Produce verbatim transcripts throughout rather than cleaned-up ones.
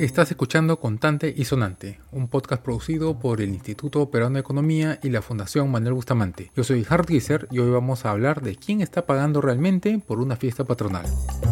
Estás escuchando Contante y Sonante, un podcast producido por el Instituto Peruano de Economía y la Fundación Manuel Bustamante. Yo soy Hart Gieser y hoy vamos a hablar de quién está pagando realmente por una fiesta patronal.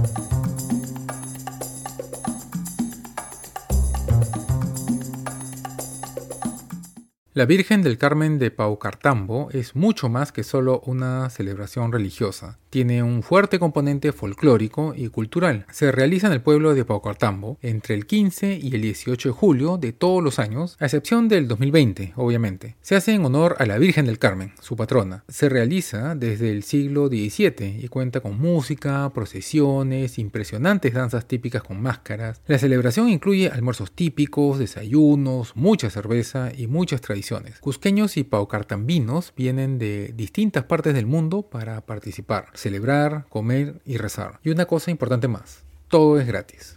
La Virgen del Carmen de Paucartambo es mucho más que solo una celebración religiosa. Tiene un fuerte componente folclórico y cultural. Se realiza en el pueblo de Paucartambo entre el quince y el dieciocho de julio de todos los años, a excepción del dos mil veinte, obviamente. Se hace en honor a la Virgen del Carmen, su patrona. Se realiza desde el siglo diecisiete y cuenta con música, procesiones, impresionantes danzas típicas con máscaras. La celebración incluye almuerzos típicos, desayunos, mucha cerveza y muchas tradiciones. Cusqueños y paucartambinos vienen de distintas partes del mundo para participar, celebrar, comer y rezar. Y una cosa importante más, todo es gratis.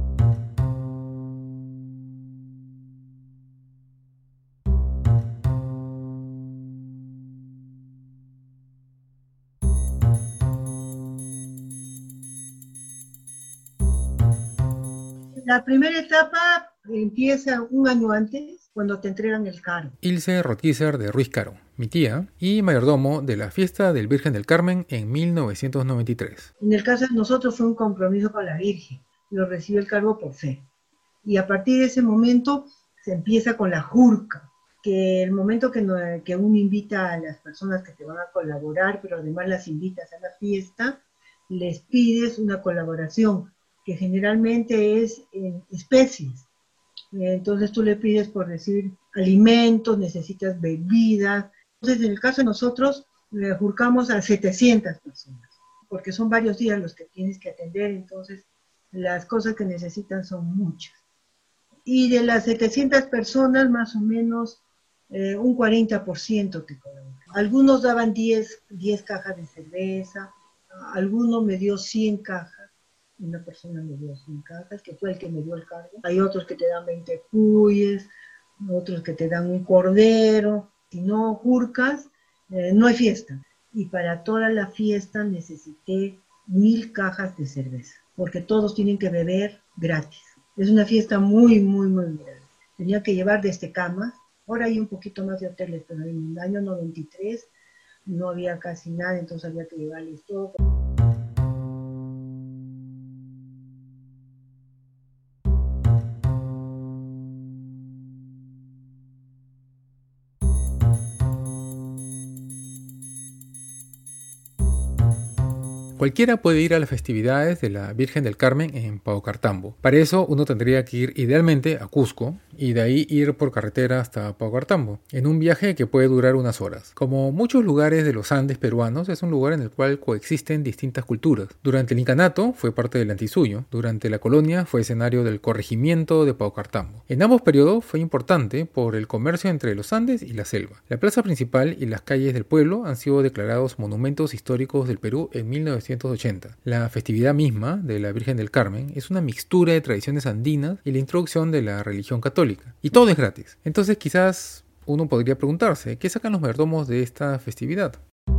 La primera etapa empieza un año antes, cuando te entregan el cargo. Ilse Rotgiser de Ruiz Caro, mi tía, y mayordomo de la fiesta del Virgen del Carmen en mil novecientos noventa y tres. En el caso de nosotros fue un compromiso con la Virgen. Lo recibió el cargo por fe. Y a partir de ese momento se empieza con la jurca, que el momento que, no, que uno invita a las personas que te van a colaborar, pero además las invitas a la fiesta, les pides una colaboración, que generalmente es en especies. Entonces tú le pides, por decir, alimentos, necesitas bebidas. Entonces, en el caso de nosotros, le jurcamos a setecientas personas, porque son varios días los que tienes que atender, entonces las cosas que necesitan son muchas. Y de las setecientas personas, más o menos, eh, un cuarenta por ciento te colaboran. Algunos daban diez, diez cajas de cerveza, alguno me dio cien cajas. Una persona me dio cien cajas, que fue el que me dio el cargo. Hay otros que te dan veinte cuyes, otros que te dan un cordero. Si no jurcas, eh, no hay fiesta. Y para toda la fiesta necesité mil cajas de cerveza, porque todos tienen que beber gratis. Es una fiesta muy, muy, muy grande. Tenía que llevar desde camas. Ahora hay un poquito más de hoteles, pero en el año noventa y tres no había casi nada, entonces había que llevarles todo. Cualquiera puede ir a las festividades de la Virgen del Carmen en Paucartambo. Para eso uno tendría que ir idealmente a Cusco y de ahí ir por carretera hasta Paucartambo, en un viaje que puede durar unas horas. Como muchos lugares de los Andes peruanos, es un lugar en el cual coexisten distintas culturas. Durante el incanato fue parte del Antisuyo, durante la colonia fue escenario del corregimiento de Paucartambo. En ambos periodos fue importante por el comercio entre los Andes y la selva. La plaza principal y las calles del pueblo han sido declarados monumentos históricos del Perú en mil novecientos ochenta. La festividad misma de la Virgen del Carmen es una mixtura de tradiciones andinas y la introducción de la religión católica. Y todo es gratis. Entonces quizás uno podría preguntarse, ¿qué sacan los mayordomos de esta festividad?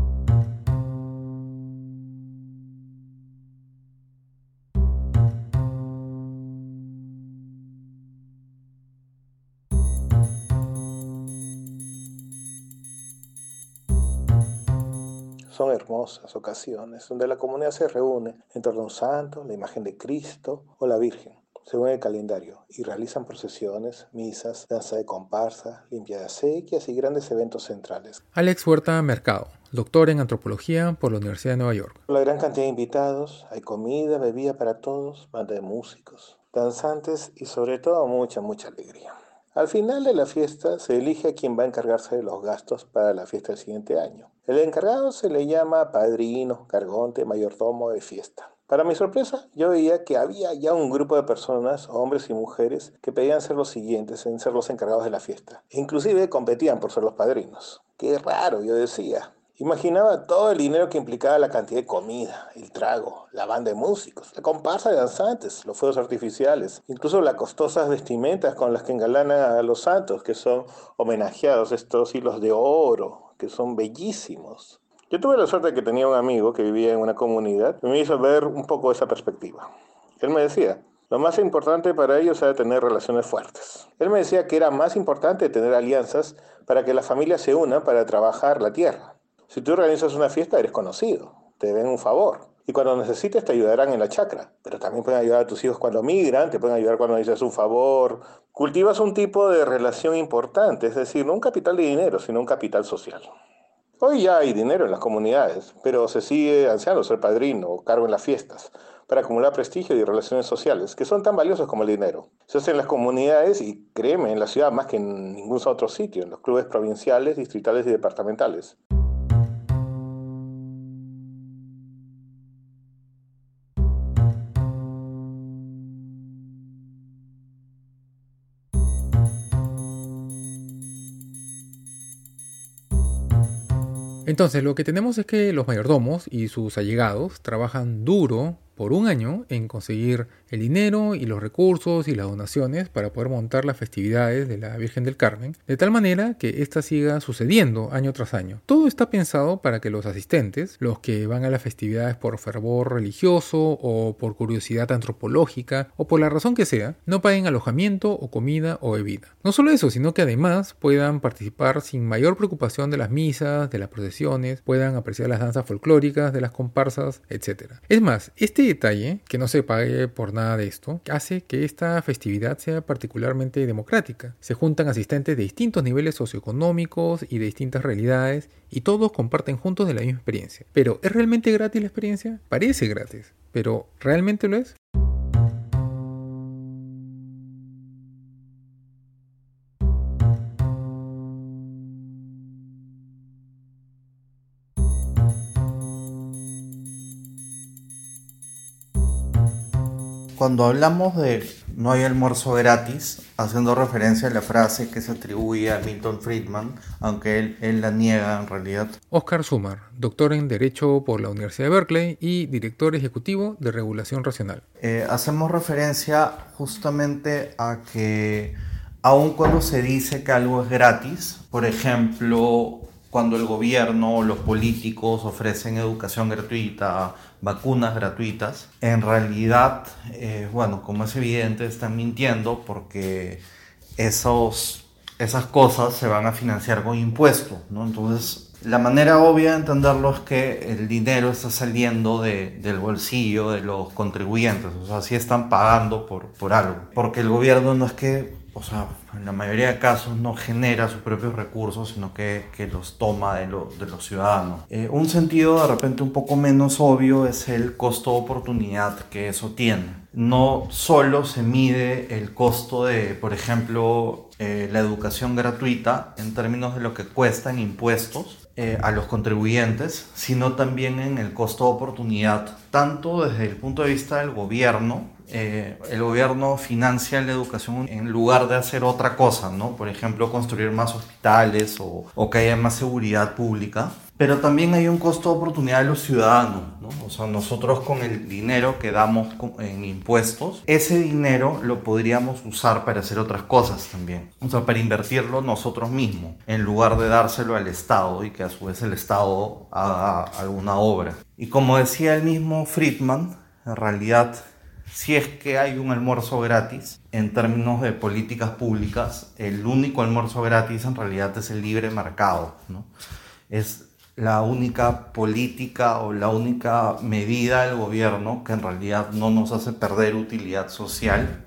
Son hermosas ocasiones donde la comunidad se reúne en torno a un santo, la imagen de Cristo o la Virgen, según el calendario, y realizan procesiones, misas, danza de comparsa, limpia de acequias y grandes eventos centrales. Alex Huerta Mercado, doctor en antropología por la Universidad de Nueva York. La gran cantidad de invitados, hay comida, bebida para todos, banda de músicos, danzantes y sobre todo mucha, mucha alegría. Al final de la fiesta se elige a quien va a encargarse de los gastos para la fiesta del siguiente año. El encargado se le llama padrino, cargonte, mayordomo de fiesta. Para mi sorpresa, yo veía que había ya un grupo de personas, hombres y mujeres, que pedían ser los siguientes en ser los encargados de la fiesta. E inclusive competían por ser los padrinos. Qué raro, yo decía. Imaginaba todo el dinero que implicaba la cantidad de comida, el trago, la banda de músicos, la comparsa de danzantes, los fuegos artificiales, incluso las costosas vestimentas con las que engalanan a los santos, que son homenajeados, estos hilos de oro, que son bellísimos. Yo tuve la suerte de que tenía un amigo que vivía en una comunidad y me hizo ver un poco esa perspectiva. Él me decía, Lo más importante para ellos era tener relaciones fuertes. Él me decía que era más importante tener alianzas para que la familia se una para trabajar la tierra. Si tú organizas una fiesta, eres conocido, te ven un favor. Y cuando necesites te ayudarán en la chacra. Pero también pueden ayudar a tus hijos cuando migran, te pueden ayudar cuando dices un favor. Cultivas un tipo de relación importante, es decir, no un capital de dinero, sino un capital social. Hoy ya hay dinero en las comunidades, pero se sigue ansiando ser padrino o cargo en las fiestas para acumular prestigio y relaciones sociales, que son tan valiosos como el dinero. Se hace en las comunidades y, créeme, en la ciudad más que en ningún otro sitio, en los clubes provinciales, distritales y departamentales. Entonces, lo que tenemos es que los mayordomos y sus allegados trabajan duro por un año en conseguir el dinero y los recursos y las donaciones para poder montar las festividades de la Virgen del Carmen, de tal manera que ésta siga sucediendo año tras año. Todo está pensado para que los asistentes, los que van a las festividades por fervor religioso o por curiosidad antropológica o por la razón que sea, no paguen alojamiento o comida o bebida. No solo eso, sino que además puedan participar sin mayor preocupación de las misas, de las procesiones, puedan apreciar las danzas folclóricas, de las comparsas, etcétera. Es más, este detalle, que no se pague por nada de esto, hace que esta festividad sea particularmente democrática. Se juntan asistentes de distintos niveles socioeconómicos y de distintas realidades y todos comparten juntos de la misma experiencia. Pero ¿es realmente gratis la experiencia? Parece gratis, pero ¿realmente lo es? Cuando hablamos de no hay almuerzo gratis, haciendo referencia a la frase que se atribuye a Milton Friedman, aunque él, él la niega en realidad. Oscar Sumar, doctor en Derecho por la Universidad de Berkeley y director ejecutivo de Regulación Racional. Eh, hacemos referencia justamente a que aun cuando se dice que algo es gratis, por ejemplo, cuando el gobierno o los políticos ofrecen educación gratuita, vacunas gratuitas, en realidad, eh, bueno, como es evidente, están mintiendo porque esos, esas cosas se van a financiar con impuestos, ¿no? Entonces, la manera obvia de entenderlo es que el dinero está saliendo de, del bolsillo de los contribuyentes, o sea, sí están pagando por, por algo, porque el gobierno no es que, o sea, en la mayoría de casos no genera sus propios recursos, sino que, que los toma de, lo, de los ciudadanos. Eh, un sentido de repente un poco menos obvio es el costo-oportunidad que eso tiene. No solo se mide el costo de, por ejemplo, eh, la educación gratuita en términos de lo que cuesta en impuestos eh, a los contribuyentes, sino también en el costo-oportunidad, tanto desde el punto de vista del gobierno. Eh, el gobierno financia la educación en lugar de hacer otra cosa, ¿no? Por ejemplo, construir más hospitales o, o que haya más seguridad pública. Pero también hay un costo de oportunidad de los ciudadanos, ¿no? O sea, nosotros con el dinero que damos en impuestos, ese dinero lo podríamos usar para hacer otras cosas también. O sea, para invertirlo nosotros mismos, en lugar de dárselo al Estado y que a su vez el Estado haga alguna obra. Y como decía el mismo Friedman, en realidad, si es que hay un almuerzo gratis, en términos de políticas públicas, el único almuerzo gratis en realidad es el libre mercado, ¿no? Es la única política o la única medida del gobierno que en realidad no nos hace perder utilidad social.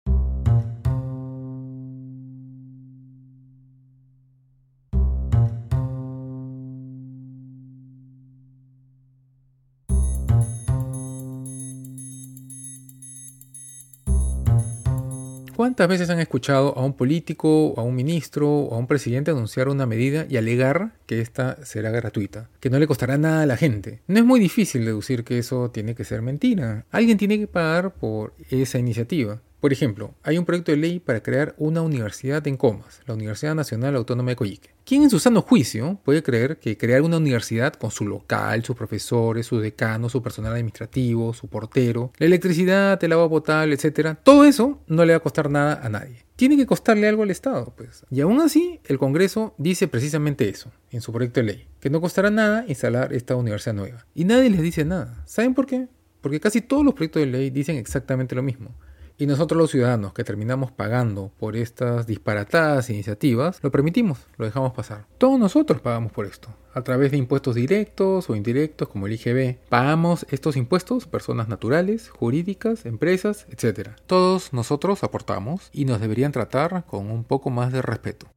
¿Cuántas veces han escuchado a un político, a un ministro o a un presidente anunciar una medida y alegar que ésta será gratuita, que no le costará nada a la gente? No es muy difícil deducir que eso tiene que ser mentira. Alguien tiene que pagar por esa iniciativa. Por ejemplo, hay un proyecto de ley para crear una universidad en Comas, la Universidad Nacional Autónoma de Coyique. ¿Quién en su sano juicio puede creer que crear una universidad con su local, sus profesores, su decano, su personal administrativo, su portero, la electricidad, el agua potable, etcétera, todo eso no le va a costar nada a nadie? Tiene que costarle algo al Estado, pues. Y aún así, el Congreso dice precisamente eso, en su proyecto de ley, que no costará nada instalar esta universidad nueva. Y nadie les dice nada. ¿Saben por qué? Porque casi todos los proyectos de ley dicen exactamente lo mismo, Y nosotros los ciudadanos que terminamos pagando por estas disparatadas iniciativas, lo permitimos, lo dejamos pasar. Todos nosotros pagamos por esto, a través de impuestos directos o indirectos como el I G B. Pagamos estos impuestos personas naturales, jurídicas, empresas, etcétera. Todos nosotros aportamos y nos deberían tratar con un poco más de respeto.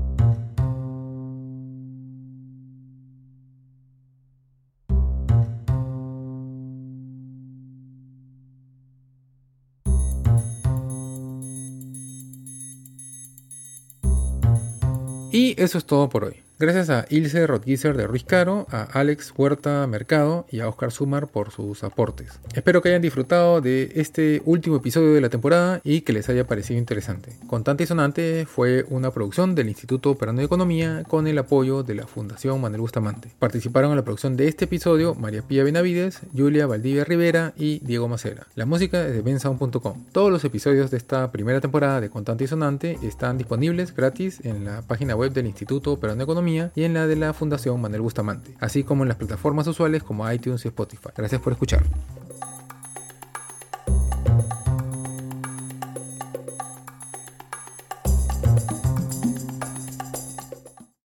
Y eso es todo por hoy. Gracias a Ilse Rodgiser de Ruiz Caro, a Alex Huerta Mercado y a Oscar Sumar por sus aportes. Espero que hayan disfrutado de este último episodio de la temporada y que les haya parecido interesante. Contante y Sonante fue una producción del Instituto Peruano de Economía con el apoyo de la Fundación Manuel Bustamante. Participaron en la producción de este episodio María Pía Benavides, Julia Valdivia Rivera y Diego Macera. La música es de bensound punto com. Todos los episodios de esta primera temporada de Contante y Sonante están disponibles gratis en la página web del Instituto Peruano de Economía y en la de la Fundación Manuel Bustamante, así como en las plataformas usuales como iTunes y Spotify. Gracias por escuchar.